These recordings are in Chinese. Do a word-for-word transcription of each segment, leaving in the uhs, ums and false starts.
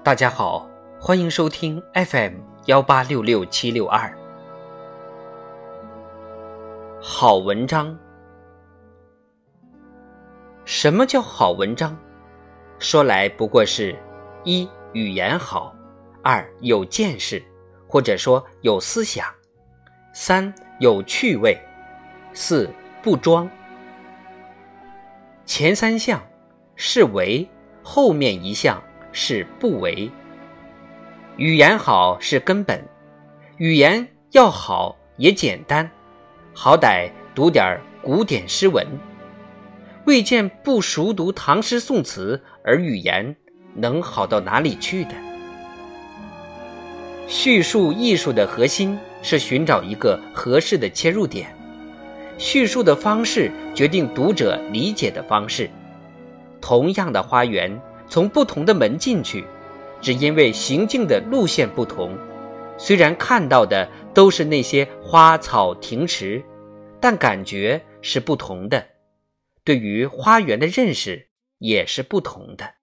大家好，欢迎收听 F M 一八六六七六二。好文章。什么叫好文章？说来不过是一语言好，二有见识，或者说有思想，三有趣味，四不装。前三项是为，后面一项是不为。语言好是根本，语言要好也简单，好歹读点古典诗文。未见不熟读唐诗宋词而语言能好到哪里去的。叙述艺术的核心是寻找一个合适的切入点，叙述的方式决定读者理解的方式。同样的花园，从不同的门进去，只因为行进的路线不同，虽然看到的都是那些花草亭池，但感觉是不同的，对于花园的认识也是不同的。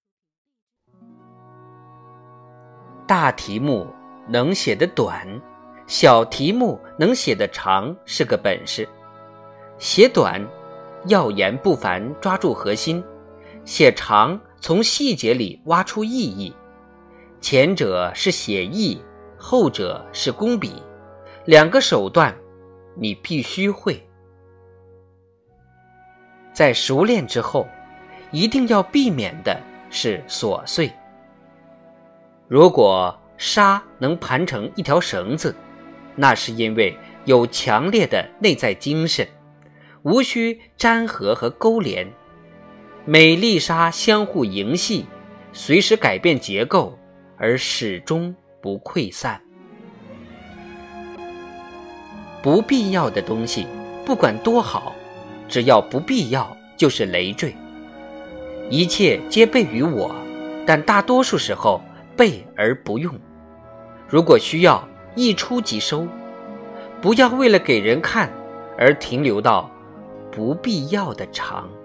大题目能写得短，小题目能写得长是个本事。写短，要言不繁，抓住核心；写长，从细节里挖出意义。前者是写意，后者是工笔，两个手段你必须会。在熟练之后，一定要避免的是琐碎。如果纱能盘成一条绳子，那是因为有强烈的内在精神，无需粘合和勾连。美丽纱相互营系，随时改变结构，而始终不溃散。不必要的东西不管多好，只要不必要就是累赘。一切皆备于我，但大多数时候备而不用。如果需要，一出即收，不要为了给人看而停留到不必要的长。